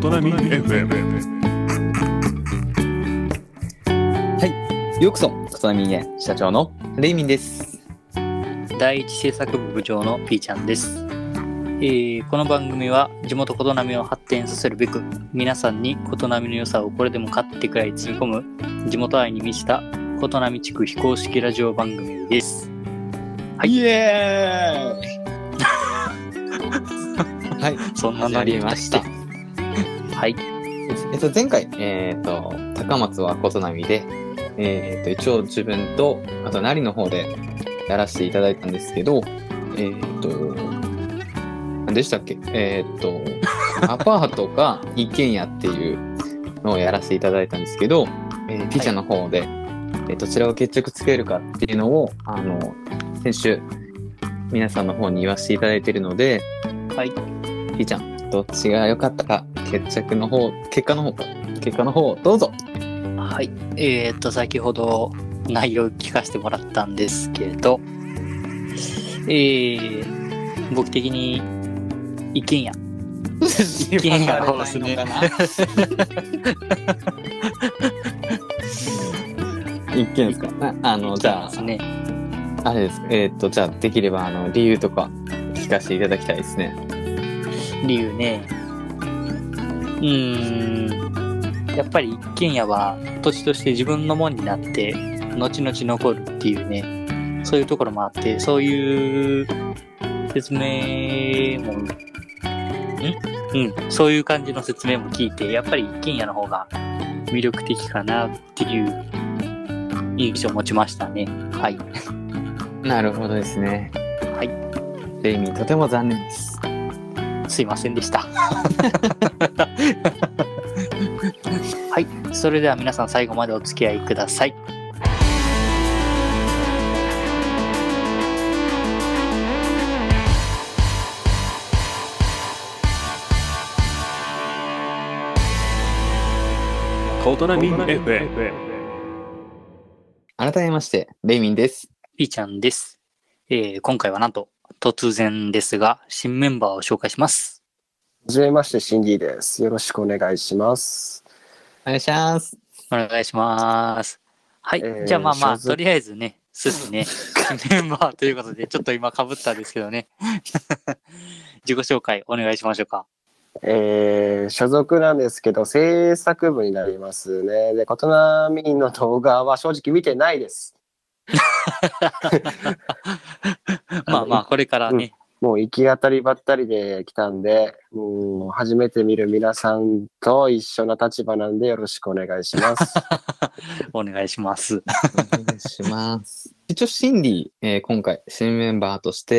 ことなみ FM。 はい、ようこそことなみへ社長のレイミンです。 第一制作部部長のピーちゃんです。この番組は地元ことなみを発展させるべく皆さんにことなみの良さをこれでもかってくらい積み込む地元愛に満ちたことなみ地区非公式ラジオ番組です。はい、 イエーイはい、 そんななりました。はい。 前回、高松はことなみで、一応自分と、あとなりの方でやらせていただいたんですけど、何でしたっけアパートか一軒家っていうのをやらせていただいたんですけど、ピーちゃんの方で、どちらを決着つけるかっていうのを、先週、皆さんの方に言わせていただいているので、 はい。 ピーちゃん、どっちが良かったか、結果の方、どうぞ。 はい。先ほど内容を聞かせてもらったんですけど、僕的に一軒家。一軒家の方ですね。 一軒ですか。じゃあ、 ね、 あれです。じゃあ、できれば理由とか聞かせていただきたいですね。 理由ね。やっぱり一軒家は土地として自分のもんになって後々残るっていうね、そういうところもあって、そういう説明もそういう感じの説明も聞いて、やっぱり一軒家の方が魅力的かなっていう印象を持ちましたね。はい。 なるほどですね。 はい。 レイミン、とても残念です。 すいませんでした。はい。それでは皆さん最後までお付き合いください。 ことなみ FM。 改めまして、レイミンです。 ピーちゃんです。今回はなんと突然ですが新メンバーを紹介します。 はじめまして、シンディです。よろしくお願いします。 お願いします。 お願いします。はい。じゃあまあとりあえずね、そうですね。新メンバーということでちょっと今被ったんですけどね。自己紹介お願いしましょうか。 所属なんですけど制作部になりますね。で、ことなみの動画は正直見てないです。 まあこれからね、 もう行き当たりばったりで来たんで、もう初めて見る皆さんと一緒な立場なんでよろしくお願いします。 お願いします。 お願いします。一応シンディ、今回新メンバーとして、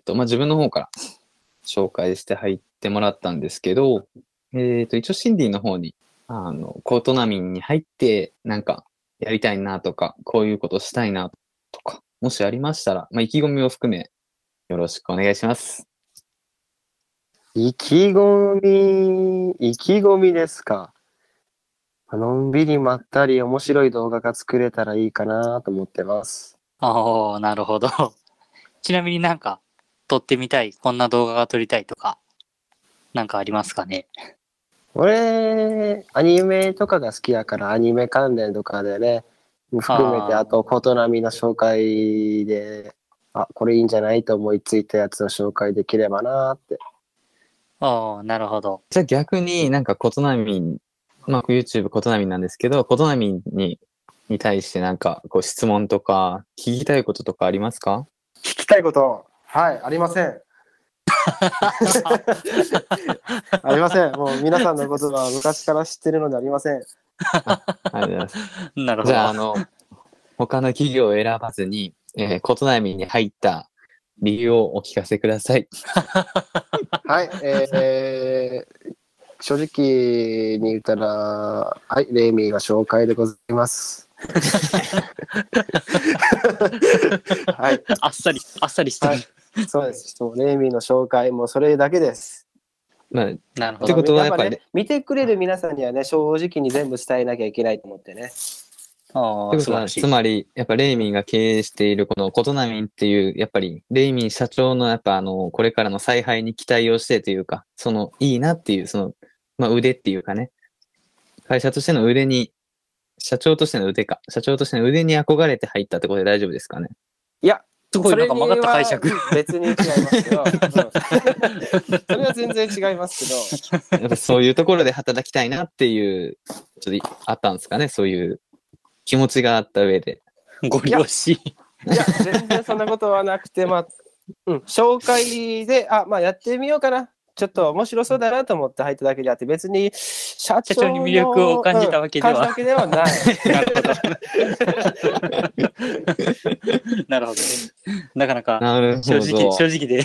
自分の方から紹介して入ってもらったんですけど、一応シンディの方にことなみに入ってなんかやりたいなとか、こういうことしたいなとか、もしありましたら、意気込みを含めよろしくお願いします。 意気込みですか。のんびりまったり面白い動画が作れたらいいかなと思ってます。 ああ、なるほど。ちなみになんか撮ってみたい、こんな動画が撮りたいとかなんかありますかね。 俺アニメとかが好きやからアニメ関連とかでね含めて、あとことなみの紹介でこれいいんじゃないと思いついたやつを紹介できればなって。 ああ、なるほど。 じゃあ逆になんかことなみ、YouTube ことなみなんですけど、ことなみに対してなんかこう質問とか聞きたいこととかありますか？ 聞きたいこと、はい、ありません。ありません。もう皆さんのことは昔から知ってるのでありません。 ありがとうございます。 なるほど。 じゃあ他の企業を選ばずに、ことなみに入った理由をお聞かせください。 はい、正直に言ったら、はい、レイミーが紹介でございます。はい、 あっさりしてる。 はい、そうです。レイミーの紹介もそれだけです。 なるほど。 ってことはやっぱり、 見てくれる皆さんにはね、正直に全部伝えなきゃいけないと思ってね。 つまり、やっぱレイミンが経営しているこのことなみんっていう、やっぱりレイミン社長のやっぱこれからの采配に期待をしてというか、いいなっていう、 まあ腕っていうかね、会社としての腕に、社長としての腕か、社長としての腕に憧れて入ったってことで大丈夫ですかね。 いや、 すごいなんか曲がった解釈。 別に違いますけど、それは全然違いますけど、 やっぱそういうところで働きたいなっていう、ちょっとあったんですかね、そういう気持ちがあった上で。 ご了承。 いや、全然そんなことはなくて、まあ、紹介で、まあやってみようかな。ちょっと面白そうだなと思って入っただけであって、別に社長に魅力を感じたわけでは、 感じたわけではない。 なるほどね。なかなか正直で。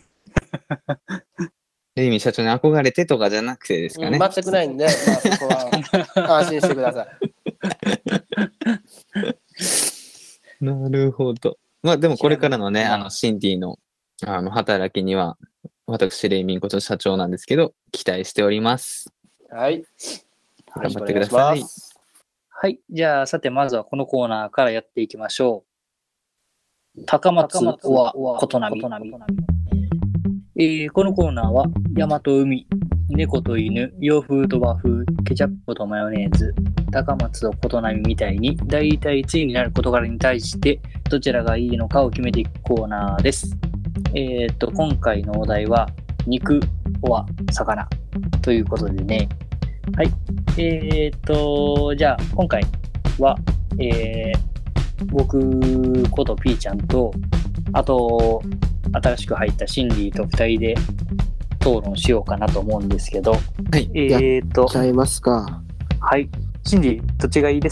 レイミー社長に憧れてとかじゃなくてですかね。 全くないんで、まあ、そこは安心してください。 なるほど。まあでもこれからのね、シンディの働きには、私、レイミンこと社長なんですけど、期待しております。 はい。 頑張ってください。 はい。じゃあ、さて、まずはこのコーナーからやっていきましょう。高松は琴波。このコーナーは、山と海、猫と犬、洋風と和風、ケチャップとマヨネーズ、高松と琴波みたいに、大体対になる事柄に対して、どちらがいいのかを決めていくコーナーです。今回のお題は、肉は魚ということでね。はい。じゃあ、今回は、僕ことピーちゃんと、あと、新しく入ったシンディと2人で討論しようかなと思うんですけど、 はい。 やっちゃいますか。 はい。シンディ、どっちがいいです？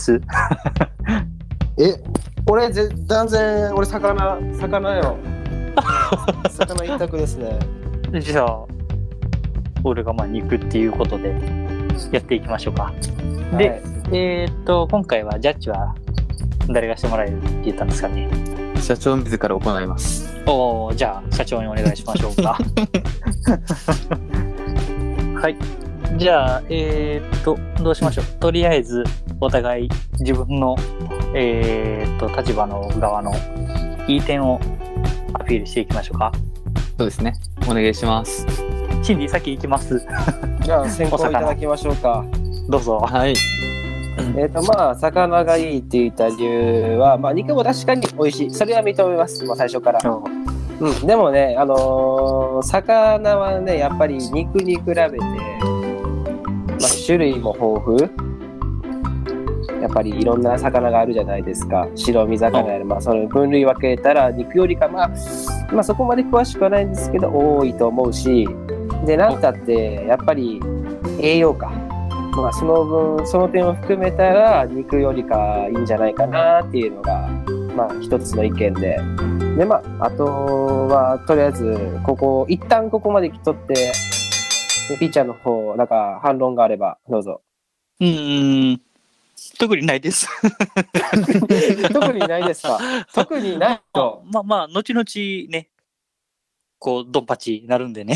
俺、断然、俺、魚よ。魚一択ですね。 じゃあ、俺がまあ肉っていうことでやっていきましょうか。で、今回はジャッジは誰がしてもらえるって言ったんですかね。 社長自ら行います。 じゃあ社長にお願いしましょうか。はい。じゃあ、どうしましょう。とりあえずお互い自分の立場の側のいい点をアピールしていきましょうか。 そうですね。お願いします。 シンディ先行きます。 じゃあ先行いただきましょうか。 どうぞ。 はい。 まあ魚がいいって言った理由は、まあ肉も確かに美味しい。それは認めます。もう最初から。でもね、魚はねやっぱり肉に比べて、種類も豊富。やっぱりいろんな魚があるじゃないですか。白身魚やら、その分類分けたら肉よりかそこまで詳しくはないんですけど多いと思うし、でなんたってやっぱり栄養価、その分その点を含めたら肉よりかいいんじゃないかなっていうのが一つの意見で、あとはとりあえず一旦ここまで来とってピーちゃんの方なんか反論があればどうぞ。 特にないです。 特にないですか。特にないと。 後々ね、ドンパチになるんでね。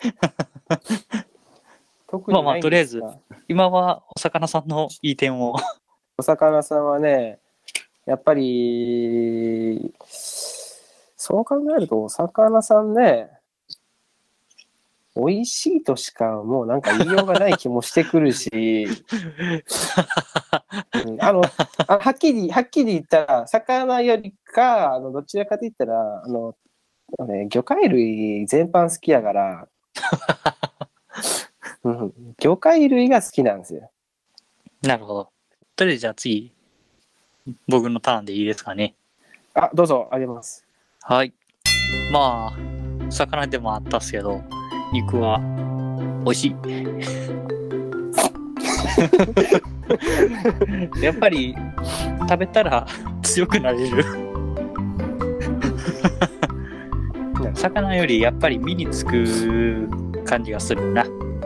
特にないんですか。 とりあえず、今はお魚さんのいい点を。 お魚さんはね、やっぱり、そう考えると、お魚さんね、美味しいとしかもうなんか言いようがない気もしてくるし、はっきり言ったら魚よりかどちらかと言ったら魚介類全般好きやから、魚介類が好きなんですよ。 なるほど。とりあえずじゃあ次僕のターンでいいですかね。 どうぞあげます。 はい。魚でもあったっすけど肉は美味しい。やっぱり食べたら強くなれる。魚よりやっぱり身につく感じがするな。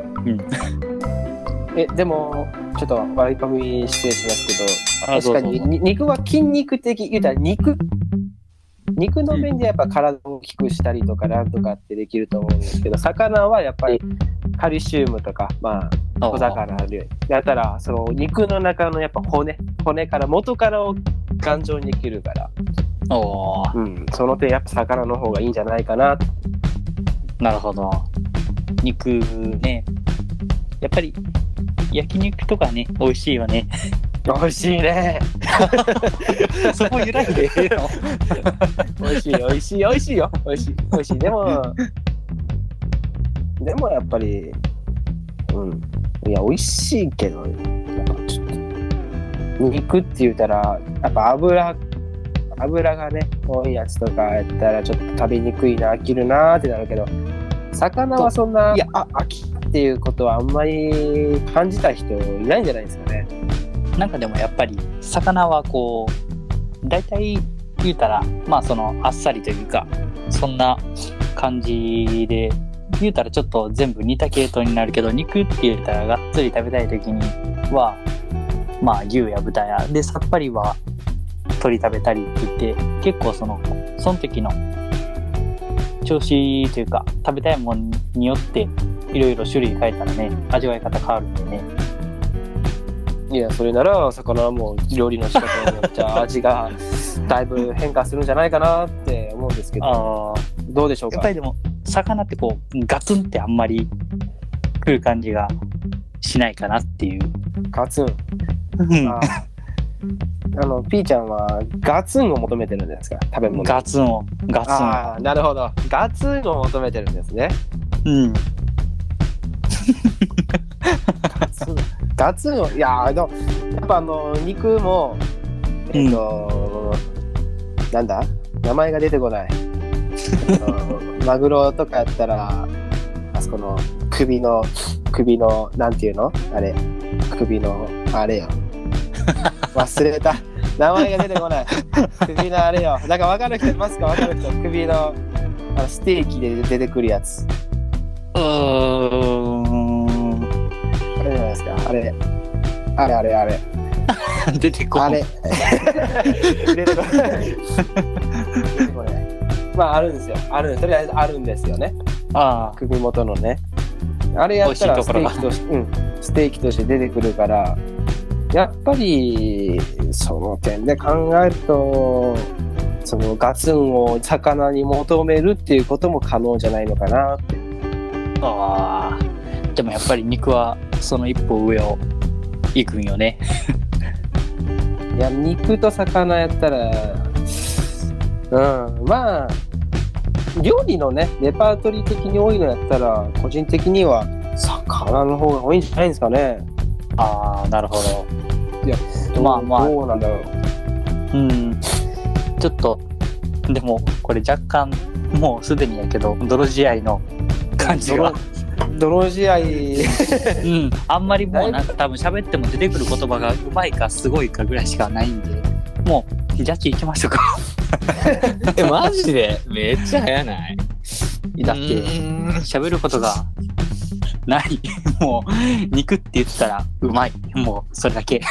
でもちょっと割り込み失礼しますけど、確かに肉は筋肉的言うたら肉の面でやっぱ体を大きくしたりとかなんとかってできると思うんですけど、魚はやっぱりカルシウムとか小魚類やったらその肉の中のやっぱ骨から元からを頑丈にできるから、その点やっぱ魚の方がいいんじゃないかな。 なるほど。肉ね、 やっぱり焼肉とかね、美味しいよね。 美味しいね。 そこ揺らいでええの。 美味しい美味しい美味しいよ。美味しい美味しい。でもやっぱり、いや美味しいけど、やっぱちょっと肉って言ったらやっぱ油がね多いやつとかやったらちょっと食べにくいな、飽きるなってなるけど、魚はそんな飽きっていうことはあんまり感じた人いないんじゃないですかね。 なんかでもやっぱり魚はこう大体言うたらまあそのあっさりというかそんな感じで言うたらちょっと全部似た系統になるけど、肉って言ったらがっつり食べたい時にはまあ牛や豚やで、さっぱりは鶏食べたりって言って結構その時の調子というか食べたいものによっていろいろ種類変えたらね味わい方変わるんでね。 いや、それなら魚はもう料理の仕方によっては味がだいぶ変化するんじゃないかなって思うんですけど、どうでしょうか。 やっぱりでも魚ってこうガツンってあんまり来る感じがしないかなっていう。 ガツン。ピーちゃんはガツンを求めてるんですか、食べ物。 ガツン。 ああ、なるほど。ガツンを求めてるんですね。ガツンを、いややっぱ肉もなんだ名前が出てこない。マグロとかやったらあそこの首のなんていうのあれ、首のあれよ。忘れた。名前が出てこない。首のあれよ。なんか分かる人いますか？分かる人。首のステーキで出てくるやつ。あれじゃないですか。あれ。 出てこない。 あれ。出てこない。まああるんですよ。とりあえずあるんですよね。首元のね。あれやったらステーキとして出てくるから。やっぱりその点で考えるとそのガツンを魚に求めるっていうことも可能じゃないのかなって。 でもやっぱり肉はその一歩上を行くんよね。 いや、肉と魚やったらまあ料理のねレパートリー的に多いのやったら個人的には魚の方が多いんじゃないんですかね。 なるほど。 いや、 まあどうなんだろう。 ちょっとでもこれ若干もうすでにやけど泥仕合の感じは泥仕合あんまりもうなんか多分喋っても出てくる言葉がうまいかすごいかぐらいしかないんで、もうジャッジ行きましょうか。 マジでめっちゃ早ない？ だって喋ることがない。もう肉って言ったらうまい、もうそれだけ。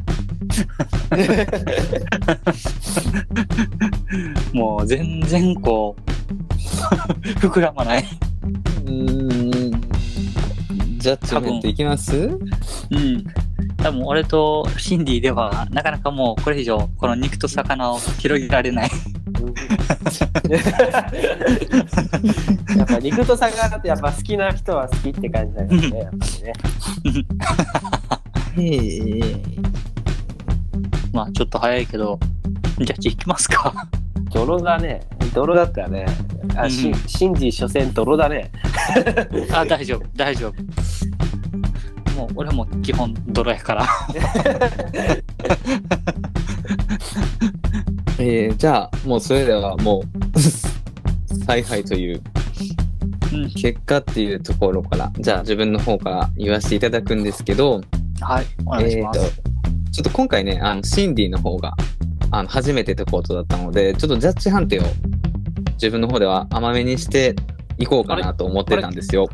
もう全然こう膨らまない。 ジャッジメントいきます？ 多分俺とシンディではなかなかもうこれ以上この肉と魚を広げられない。 やっぱ肉と魚ってやっぱ好きな人は好きって感じだからね、やっぱりね。 まあちょっと早いけどジャッジいきますか。 泥だね。泥だったね。シンジ所詮泥だね。 大丈夫。もう俺も基本泥やから。 じゃあもうそれではもう采配という結果っていうところからじゃあ自分の方から言わせていただくんですけど、 はいお願いします。 ちょっと今回ねシンディの方が初めてってことだったのでちょっとジャッジ判定を自分の方では甘めにしていこうかなと思ってたんですよ。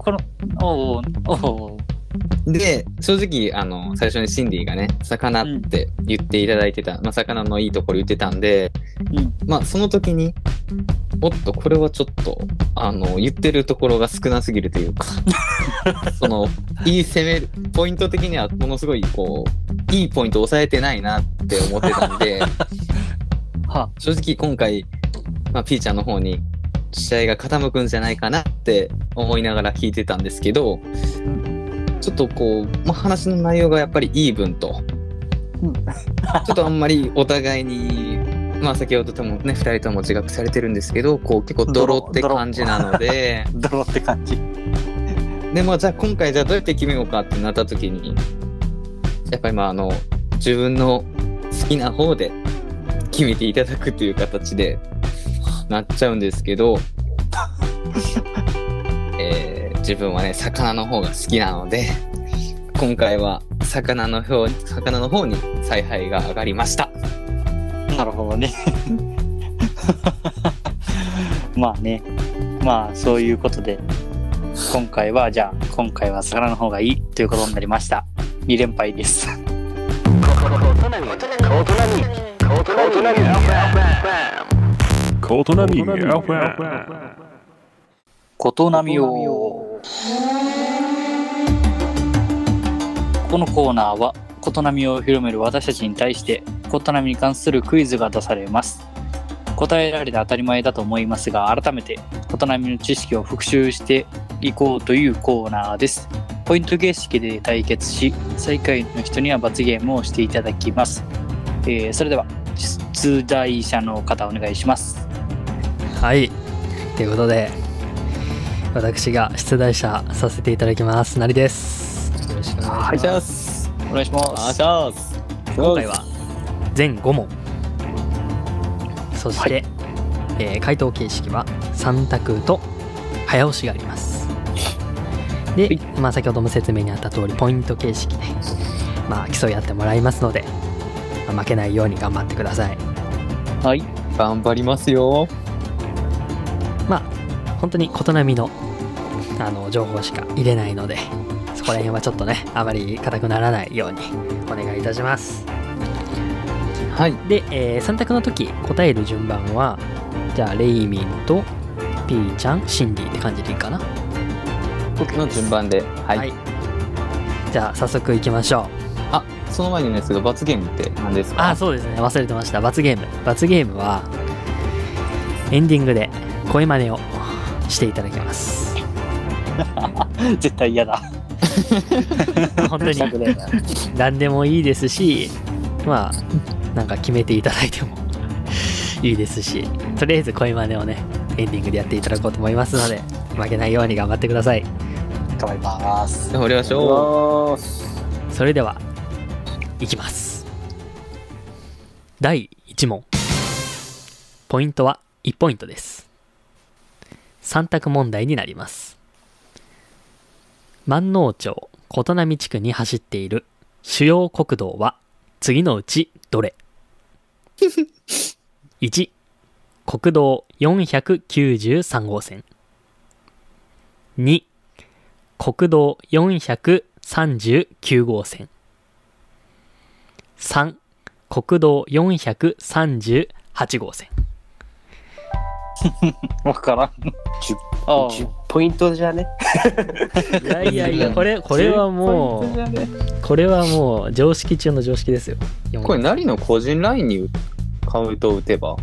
で正直最初にシンディがね魚って言っていただいてた、魚のいいところ言ってたんで、その時におっとこれはちょっと言ってるところが少なすぎるというかそのいい攻めるポイント的にはものすごいこういいポイントを抑えてないなって思ってたんで正直今回、ピーちゃんの方に試合が傾くんじゃないかなって思いながら聞いてたんですけど、 ちょっとこう、まあ、話の内容がやっぱりイーブンと、ちょっとあんまりお互いに、まあ先ほどともね、2人とも自覚されてるんですけど、こう結構ドロって感じなので、 ドロって感じ。 でもじゃあ今回じゃあどうやって決めようかってなった時に、やっぱりまあ自分の好きな方で決めていただくという形でなっちゃうんですけど、自分はね、魚の方が好きなので、今回は魚の方に采配が上がりました。 なるほどね。まあね、まあそういうことで、今回は魚の方がいいということになりました。2連敗です。 ことなみ FM。 ことなみを。このコーナーはことなみを広める私たちに対してことなみに関するクイズが出されます。答えられて当たり前だと思いますが、改めてことなみの知識を復習していこうというコーナーです。ポイント形式で対決し、最下位の人には罰ゲームをしていただきます。それでは出題者の方お願いします。 はい、ということで私が出題者させていただきます。なりです。よろしくお願いします。 お願いします。 今回は全5問、そして、回答形式は3択と早押しがあります。で、まあ、先ほども説明にあった通りポイント形式で、まあ、競い合ってもらいますので、まあ、負けないように頑張ってください。 はい、頑張りますよ。 まあ本当にことなみの情報しか入れないので、そこら辺はちょっとね、あまり硬くならないようにお願いいたします。 はい。 で、3択の時答える順番は、じゃあレイミンとピーちゃん、シンディって感じでいいかな。 僕の順番で、はい。 はい、じゃあ早速いきましょう。 あ、その前にですけど、罰ゲームって何ですか？ あ、そうですね、忘れてました。罰ゲームはエンディングで声真似をしていただきます。 絶対嫌だ。 本当に何でもいいですし、まあなんか決めていただいてもいいですし、とりあえず声真似をね、エンディングでやっていただこうと思いますので、負けないように頑張ってください。 頑張ります。 頑張りましょう。 それではいきます。第1問、ポイントは1ポイントです。3択問題になります。万能町琴波地区に走っている主要国道は次のうちどれ？ 1. 国道493号線。 2. 国道439号線。 3. 国道438号線。 わからん。 10ポイントじゃね。 いやこれはもう常識中の常識ですよ。 これ何の個人ラインにカウントを打てば、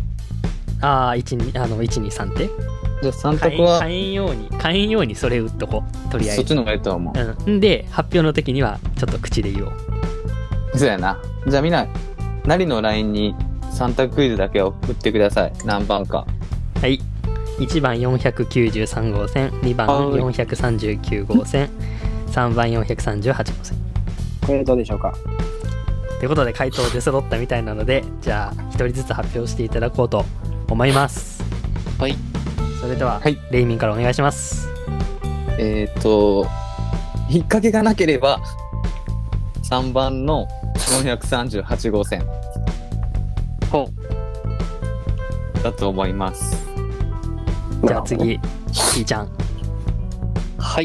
123ってじゃあ3択は変えんようにそれ打っとこう、とりあえずそっちの方がいいと思う。 で発表の時にはちょっと口で言おう。 そうやな。じゃあみんな何のラインに3択クイズだけを打ってください。何番か。 はい、1番493号線、2番439号線、3番438号線。 これどうでしょうか。 ということで回答出揃ったみたいなので、じゃあ1人ずつ発表していただこうと思います。 はい。 それでは、 はい、 レイミンからお願いします。 引っ掛けがなければ3番の438号線ほうだと思います。 じゃあ次、ひーちゃん。 はい。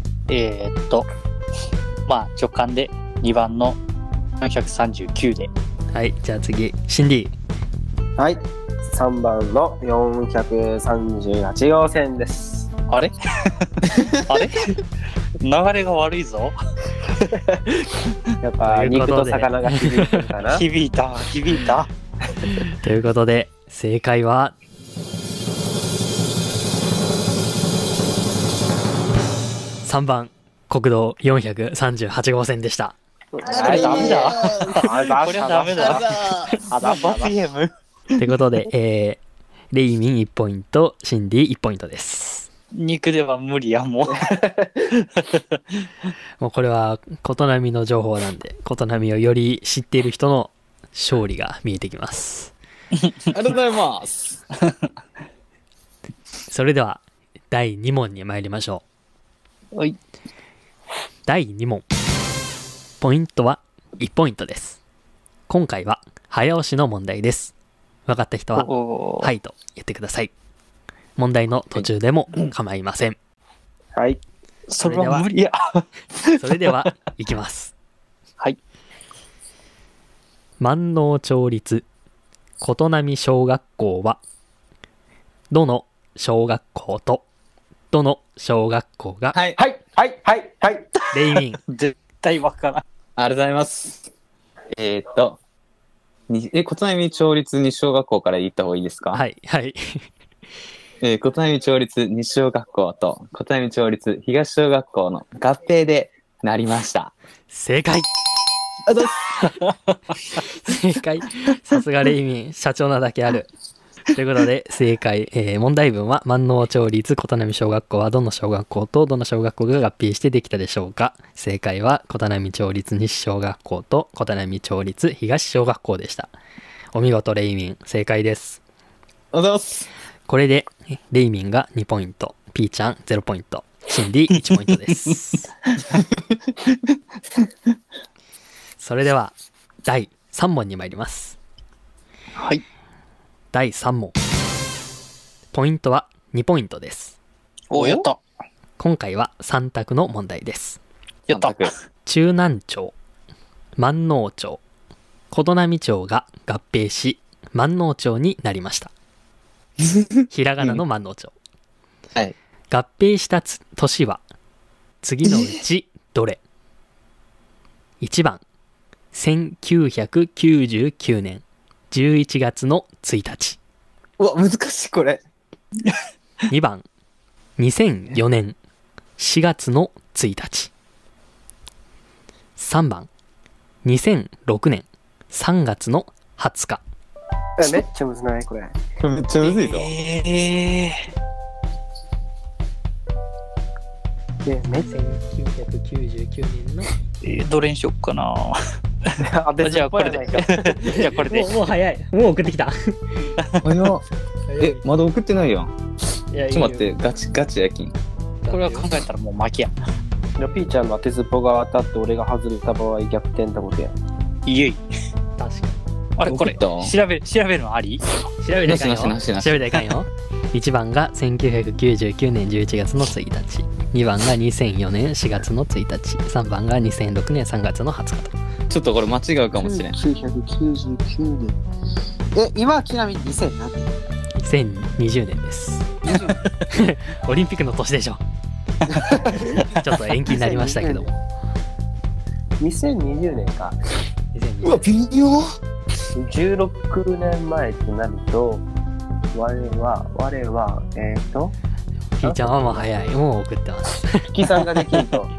まあ直感で2番の439で。 はい、じゃあ次、シンディ。 はい、3番の438号線です。 あれあれ流れが悪いぞ。 やっぱ肉と魚が響いてるかな。 響いた。 ということで正解は3番国道438号線でした。 あれダメだ。 あこれはダメだ。あ、罰ゲーム。 ということで、レイミン1ポイント、シンディ1ポイントです。 肉では無理や、もう。 もうこれは、琴波の情報なんで、琴波をより知っている人の勝利が見えてきます。 ありがとうございます。 それでは、第2問に参りましょう。 はい。 第2問。ポイントは1ポイントです。今回は早押しの問題です。分かった人は、はいと言ってください。問題の途中でも構いません。 はい。 それは無理や。 それでは、いきます。 はい。 万能町立琴波小学校は、どの小学校とどの小学校が、 はい。 はいはいはいはい。 レイミン、 絶対わからん。 ありがとうございます。琴波町立西小学校から言った方がいいですか？ はい、はい。 琴波町立西小学校と琴波町立東小学校の合併でなりました。 正解。 あどう正解。さすがレイミン、社長なだけある。ということで、正解。問題文は、万能町立琴波小学校はどの小学校とどの小学校が合併してできたでしょうか？正解は、琴波町立西小学校と琴波町立東小学校でした。お見事、レイミン。正解です。 ございます。 これで、レイミンが2ポイント、ピーちゃん0ポイント、シンディ1ポイントです。それでは、第3問に参ります。 はい。 第3問。ポイントは2ポイントです。 お、やった。 今回は3択の問題です。 やった。 中南町、万能町、琴波町が合併し、万能町になりました。ひらがなの万能町。 はい。 合併した年は、次のうちどれ？ 1 番、1999年11月の1日。 うわ、難しい、これ。 2番、2004年4月の1日。3番、2006年3月の20日。 めっちゃむずないこれ。 これめっちゃむずいぞ。 1999年のどれにしよっかな。じゃあこれで。じゃあこれで。 もう早い。もう送ってきた。 早っ。まだ送ってないやん。 いやちょっと待って、ガチやきん。 これは考えたらもう負けや。 ピーちゃんの当てずっぽが当たって俺が外れた場合逆転ってことや。 いえい。 確かに。 あれこれ送った調べるのあり？ 調べていかんよ。 なしなし調べていかんよ。1番が1999年11月の1日。2番が2004年4月の1日。3番が2006年3月の20日と。 ちょっとこれ間違うかもしれん。 1999年。今ちなみに2000何年 2020年です。オリンピックの年でしょ。ちょっと延期になりましたけども。 2020年か。 うわ、微妙。 16年前ってなると、我は、 ひーちゃんはもう早い。もう送ってます。 引き算ができると。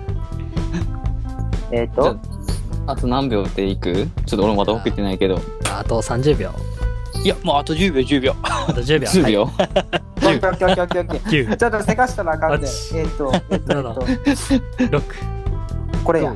あと何秒でいく？ちょっと俺まだ送ってないけど。 あと30秒。 いや、もうあと10秒、10秒。 あと10秒。 10秒。 オッケーオッケーオッケーオッケーオッケー。 9、 ちょっとせかしたらあかんで。 6、 これや。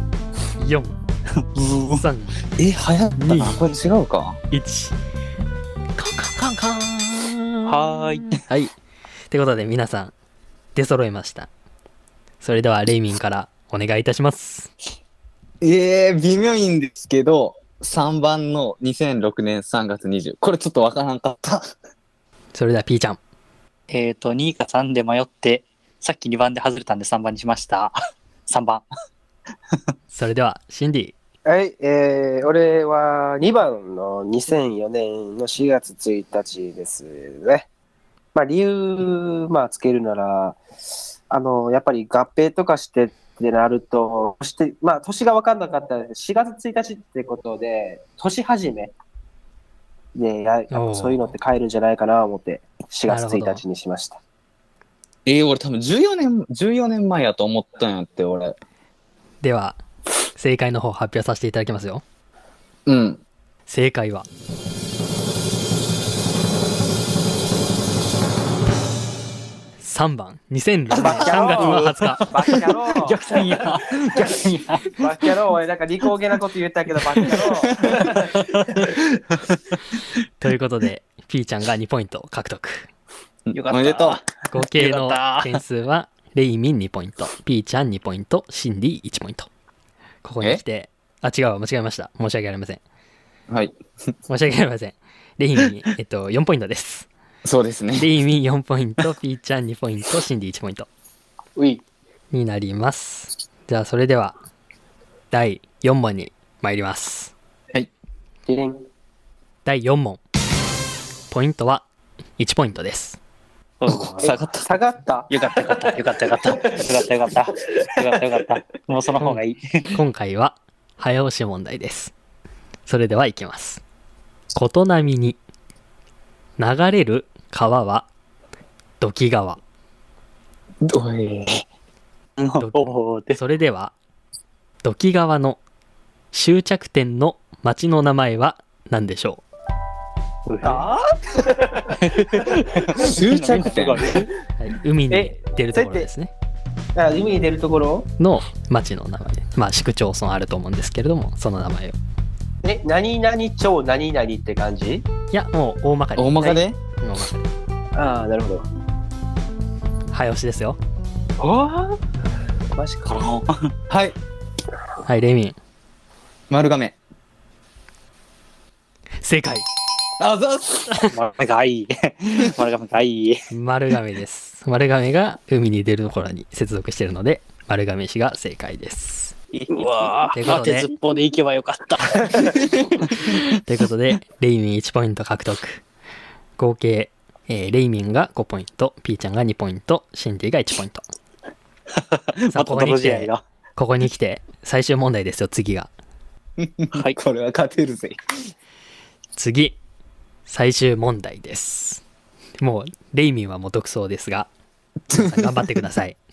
4、3、 流行ったな。これ違うか。 1。カンカンカンカン。 はーい。 はい。ってことで皆さん、出揃いました。それではレイミンからお願いいたします。 微妙いんですけど、3番の2006年3月20。これちょっとわからんかった。 それでは P ちゃん。 2か3で迷って、さっき2番で外れたんで3番にしました。3番。 それではシンディ。 はい、俺は2番の2004年の4月1日ですね。まあ理由、つけるなら、やっぱり合併とかしてってなると、そして、年が分かんなかったら4月1日ってことで、年始めでそういうのって変えるんじゃないかなと思って、4月1日にしました。 俺多分14年前やと思ったんやって、俺。 では、正解の方発表させていただきますよ。 うん。 正解は、3番、2006年3月の20日。 バカ野郎。 逆算や。逆算や。 バカ野郎。俺なんか利口げなこと言ったけど、バカ野郎。 ということで、P ちゃんが2ポイント獲得。 よかった。 おめでとう。 合計のよかった点数は、レイミン2ポイント、P ちゃん2ポイント、シンディ1ポイント。ここに来て、違う、間違えました。申し訳ありません。 はい。 申し訳ありません。レイミン、4ポイントです。 そうですね。 レイミン4ポイント、P ちゃん2ポイント、シンディ1ポイントうい。 になります。じゃあ、それでは、第4問に参ります。 でれん。 第4問。ポイントは1ポイントです。 下がった。 下がった。 よかったよかったよかったよかったよかったよかったよかったよかった。もうその方がいい。 今回は早押し問題です。それではいきます。琴波に流れる川は土岐川。 おい。 おーでそれでは土岐川の終着点の町の名前は何でしょあ終着点。 う、はい、海に出るところですね。 あ、海に出るところの町の名前で、まあ市区町村あると思うんですけれども、その名前を。 何々町何々って感じ？ いや、もう大まかに。 大まかで大まかに。 ああ、なるほど。 早押しですよ。 ああマジか。 はい。 はい、レミン。 丸亀。 正解。 あざっす。 丸がいい。丸がいい。 丸亀です。丸亀が海に出るところに接続しているので、丸亀市が正解です。 うわということで当てずっぽうでいけばよかった。 ということで、レイミン1ポイント獲得。合計、レイミンが5ポイント、ピーちゃんが2ポイント、シンディが1ポイント。さあ、ここに来て、ここに来て、最終問題ですよ、次が。 はい。 これは勝てるぜ。 次、最終問題です。もう、レイミンはもう独走ですが、皆さん頑張ってください。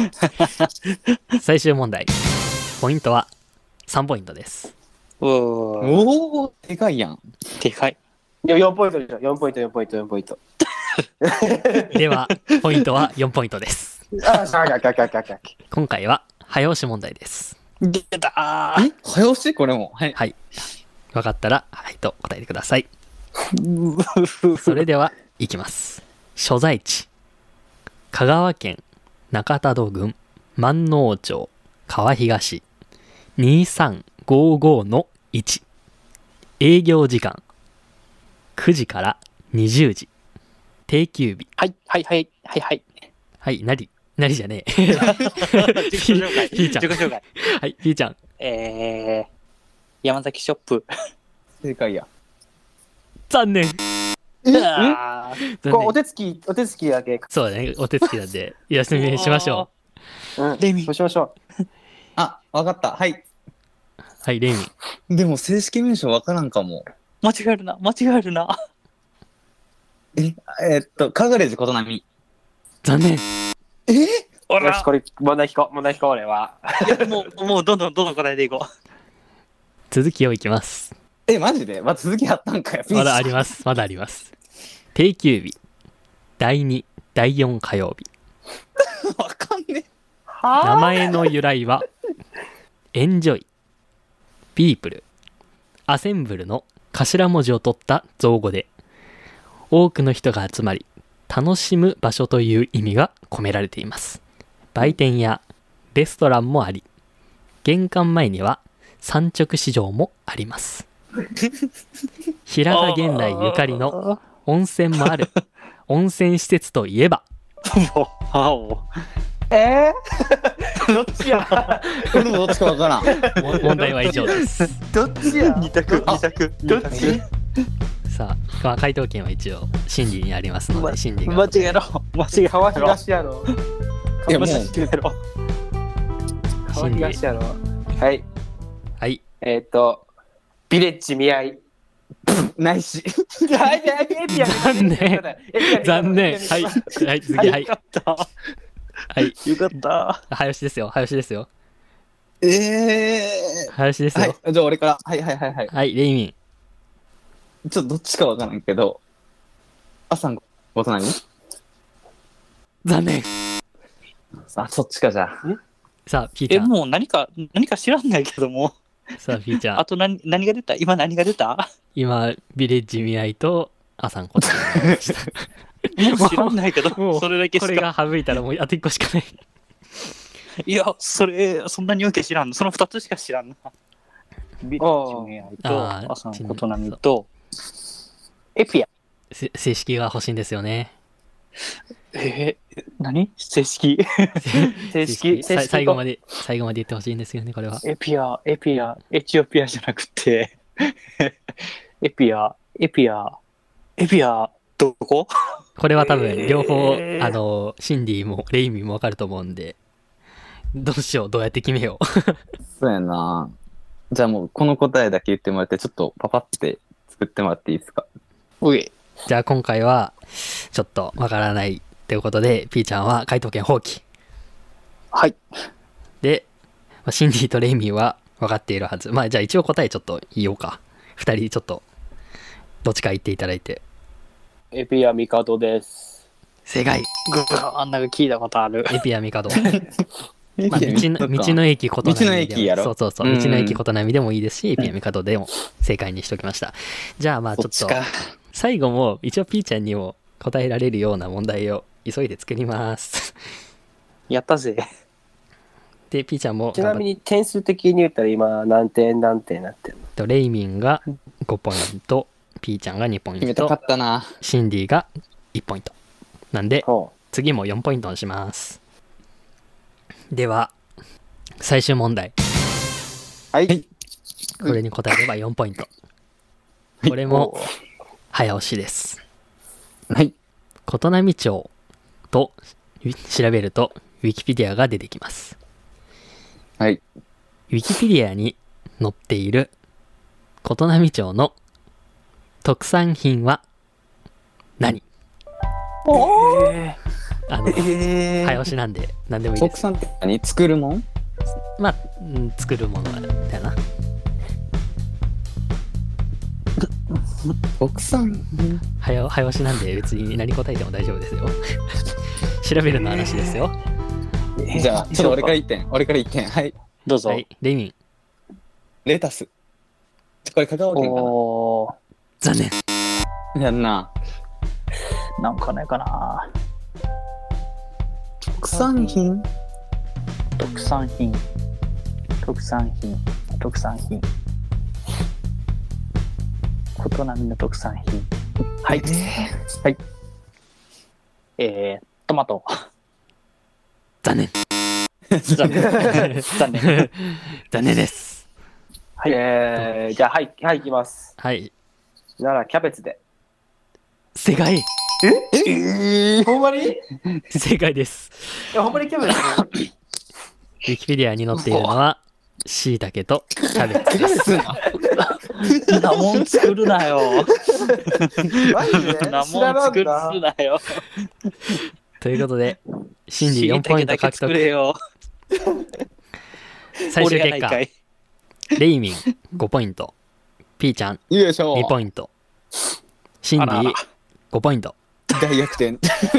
最終問題。ポイントは3ポイントです。 おーおお、でかいやん。 でかい。 いや、4ポイントでしょ。4ポイント、4ポイント、4ポイント。 では、ポイントは4ポイントです。 ああ、シャーガーガーガーガー。 今回は早押し問題です。 出たー。 早押しこれも。はい。 はい。分かったら、はいと答えてください。それでは、いきます。所在地。香川県中多度郡万能町川東2355-1。営業時間9時から20時。定休日。 はい、はい、はい、はい、はい。 はい、なりじゃねえ。 自己紹介。 ピーちゃん。 自己紹介。 はい、ピーちゃん。 山崎ショップ。 正解や。 残念。 あーこうお残念。 手つきだけ。 そうだね、お手つきなんで、休みしましょうん。 レミそうしましょあ、わかった。はい。 う。はい、レイミン。 でも正式名称わからんかも。 間違えるな、間違えるな。 カガレージ琴波。 残念。 う。よし、これ、問題引こう、俺は。 いや、もう、どんどん答えていこ続きをいきます。 マジで続きあったんかよ。 まだあります。まだあります。定休日。第2、第4火曜日。 わかんね名前の由来は、エンジョイ、ピープル、アセンブルの頭文字を取った造語で、多くの人が集まり、楽しむ場所という意味が込められています。売店やレストランもあり、玄関前には産直市場もあります。平賀源内ゆかりの温泉もある温泉施設といえば、 う。もどっちやこれもどっちかわからん。 問題は以上です。 どっちや二択。 どっちさあ、まあ回答権は一応シンディにありますので、シンディが間違えろ。間違えろ。 川東やろ。 いやもう間違えろ。 川東やろ。はい。 はい、 ビレッジ見合い。 ないし。 残念。残念。はい。はい、次、はい。 よかった。 はい。 よかった。 早押しですよ。早押しですよ。 早早押しですよ。 はい。じゃあ俺から。はいはいはいはい。 はい、レイミン。 ちょっとどっちかわからんけど、朝のこと何？ 残念。 あ、そっちかじゃあ。 さあ、ピーちゃん。 もう何か知らんないけども。 さあ、ピーちゃんあ。と何が出た？今何が出た？ 今、ビレッジ見合いと、アサンこと。 もう知らんないけど、 もうそれだけしか。 これが省いたらもうあと1個しかない。 いや、そんなにわけ知らんの。その2つしか知らんな。ビレッジメアイあーと、朝のことなみと、エピア。 正式が欲しいんですよね。 何？正式最後まで言ってほしいんですよね、これは。 エピア、エチオピアじゃなくて、エピア、どこ？ これは多分、両方、シンディもレイミーもわかると思うんで、どうしよう、どうやって決めよう。 そうやな。じゃあもうこの答えだけ言ってもらって、ちょっとパパって作ってもらっていいですか？ おい。 じゃあ今回は、ちょっとわからないということで、ピーちゃんは回答権放棄。 はい。 で、シンディとレイミーは分かっているはず。まあじゃあ一応答えちょっと言おうか。二人ちょっと、どっちか言っていただいて。 エピアミカドです。 正解。 あんなが聞いたことある。 エピアミカド。まあ、道の駅ことなみでも。 道の駅やろ。 そうそうそう。 うん道の駅ことなみでもいいですし、エピアミカドでも正解にしておきました。じゃあまあちょっと、最後も一応ピーちゃんにも答えられるような問題を急いで作ります。 やったぜ。 で、ピーちゃんもちなみに点数的に言ったら今何点なってるの？ レイミンが5ポイント、ピーちゃんが2ポイント決めたかっ、たな。 シンディが1ポイント。なんで、 ほ次も4ポイントにします。では、最終問題。 はい。 これに答えれば4ポイント。これも早押しです。 はい。 琴波町と調べると、ウィキペディアが出てきます。 はい。 ウィキペディアに載っている琴波町の特産品は何？早押しなんで何でもいいです。 国産って何？作るもん？ まあ、作るものだよな。 国産？ 早押しなんで別に何答えても大丈夫ですよ。調べるの話ですよ。 じゃあ、ちょっと俺から1点。はい。 どうぞ。 はい、レミン。 レタス。これ香川県かおー、 残念。 な。やんな。 なんかないかな。 国産品？ 特産品。琴波の特産品。はい。はい。トマト。 残念。 残念。残念。 残念です。 はい。 じゃあはい行きます。 はい。 ならキャベツで。 正解。 ほんまに？ 正解です。 ほんまにキャベツ？ ウィキペディアに載っているのは、椎茸とキャベツです。 なもん作るなよ。 マジで？ なもん作るなよ。 ということで、シンディ4ポイント獲作れ得。 よ。 最終結果、 俺がないかい。 レイミン5ポイント、ピーちゃんよいしょ。 2ポイント、シンディ5ポイント。 大逆転。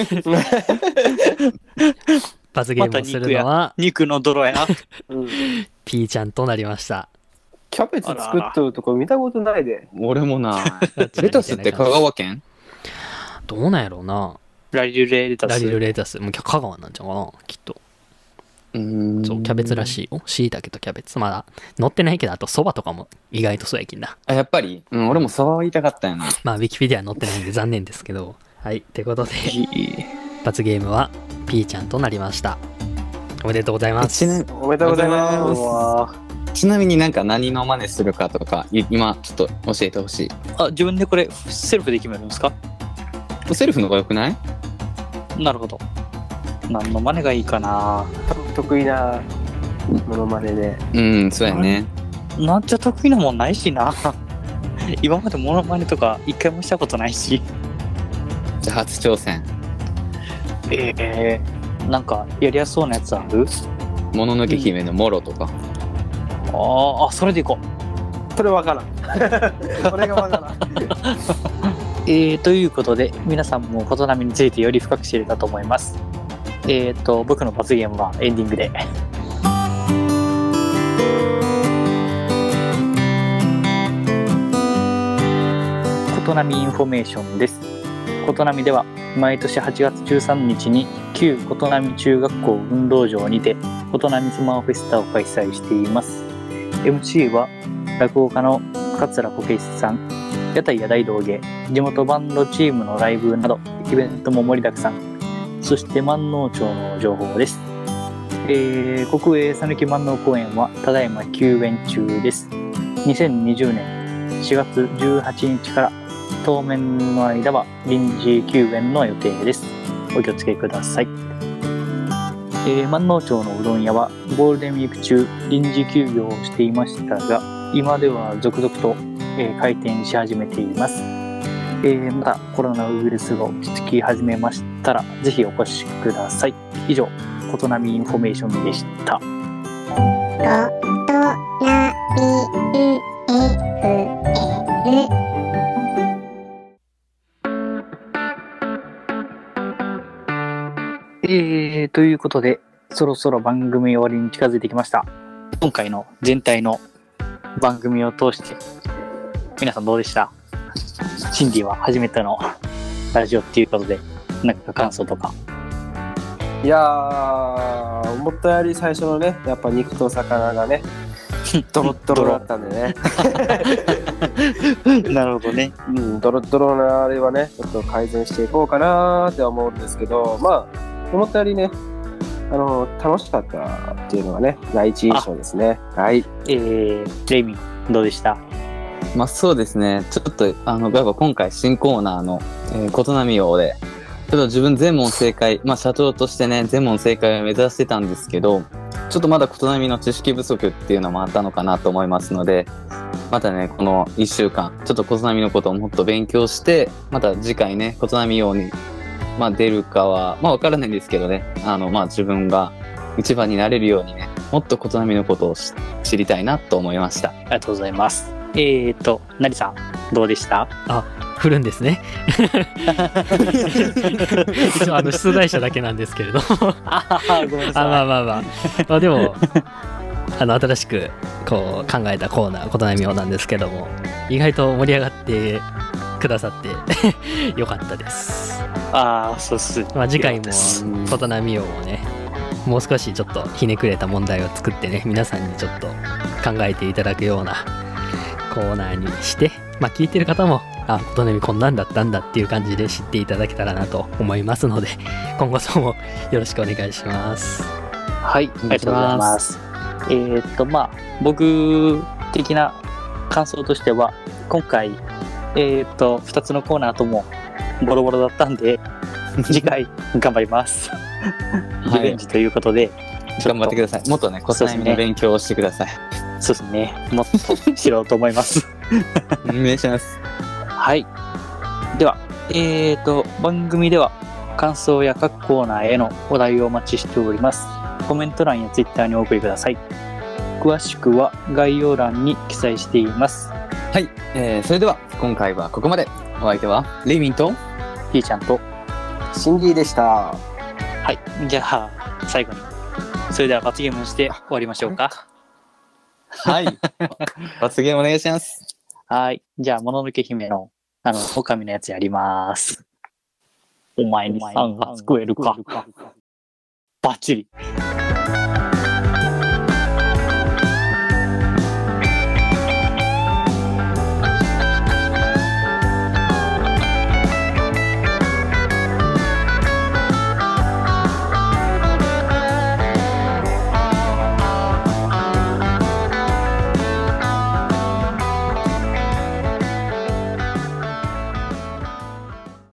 罰ゲームをするのは、 肉の泥や。 ピーちゃんとなりました。 キャベツ作っとるとこ見たことないで。 俺もな。レタスって香川県？ どうなんやろうな。 ラリルレタス。 ラリルレタス。もう香川なんちゃうかな、きっと。そう、キャベツらしいよ。椎茸とキャベツ。まだ乗ってないけど、あと蕎麦とかも意外とそうやきんな。 あ、やっぱり？俺もそばは言いたかったよな。 まあ、ウィキペディアに載ってないんで残念ですけど。はい。ってことで、罰ゲームはピーちゃんとなりました。おめでとうございます。 おめでとうございます。 ちなみになんか何の真似するかとか、今ちょっと教えてほしあ、自分でこれセルフで決めるんですか？ い。セルフの方が良くない？ なるほど。何の真似がいいかな。 得意なものまねで。 そうやね。 なんちゃ得意なもんないしな。 今までモノマネとか一回もしたことないし。 じゃあ初挑戦。 なんかやりやすそうなやつある？ もののけ姫のモロとか。 あ、それでいこう。 それわからん。それがわからん。 ということで、皆さんも琴波についてより深く知れたと思います。僕の罰ゲームはエンディングで。琴波インフォメーションです。琴波では毎年8月13日に旧琴波中学校運動場にて琴波スマホフェスタを開催しています。MC は落語家の桂小慶さん、屋台や大道芸、地元バンドチームのライブなどイベントも盛りだくさん。そして万能町の情報です。国営讃岐万能公園はただいま休園中です。2020年4月18日から当面の間は臨時休園の予定です。お気をつけください。万能町のうどん屋はゴールデンウィーク中臨時休業をしていましたが、今では続々と、開店し始めています。またコロナウイルスが落ち着き始めましたらぜひお越しください。以上、琴波インフォメーションでした。ということで、そろそろ番組終わりに近づいてきました。今回の全体の番組を通して皆さんどうでした？シンディは初めてのラジオっていうことで、なんか感想とか。 いやー、思ったより最初のね、やっぱ肉と魚がね、ドロッドロだったんでね。 なるほどね。 ドロッドロなあれはね、ちょっと改善していこうかなーって思うんですけど、まあ、思ったよりね、楽しかったっていうのがね、第一印象ですね。はい。 レイミン、どうでした？ まあそうですね。ちょっと、やっぱ今回新コーナーの、琴波用で、ちょっと自分全問正解、まあ社長としてね、全問正解を目指してたんですけど、ちょっとまだ琴波の知識不足っていうのもあったのかなと思いますので、またね、この1週間、ちょっと琴波のことをもっと勉強して、また次回ね、琴波用に、まあ出るかは、まあわからないんですけどね、まあ自分が一番になれるようにね、もっと琴波のことを知りたいなと思いました。 ありがとうございます。成さん、どうでした？ 振るんですね。一応出題者だけなんですけれども。 ごめんなさい。 まあでも新しくこう考えたコーナー琴波用なんですけども、意外と盛り上がってくださってよかったです。 そうっす。 まあ次回も琴波用をね、もう少しちょっとひねくれた問題を作ってね、皆さんにちょっと考えていただくようなコーナーにして、まあ聞いてる方も琴波こんなんだったんだっていう感じで知っていただけたらなと思いますので、今後ともよろしくお願いします。 はい、ありがとうございます。まあ僕的な感想としては、今回2つのコーナーともボロボロだったんで次回頑張ります。リベンジということで、 頑張ってください。もっとね、琴波の勉強をしてください。 そうですね。もっと知ろうと思います。 お願いします。 はい。では、番組では感想や各コーナーへのお題をお待ちしております。コメント欄やツイッターにお送りください。詳しくは概要欄に記載しています。 はい。それでは今回はここまで。お相手はレイミンとピーちゃんとシンディでした。 はい。じゃあ最後にそれでは罰ゲームして終わりましょうか。 はい。罰ゲームお願いします。 はい。じゃあ、もののけ姫の、狼のやつやります。お前に3が救えるか。バッチリ。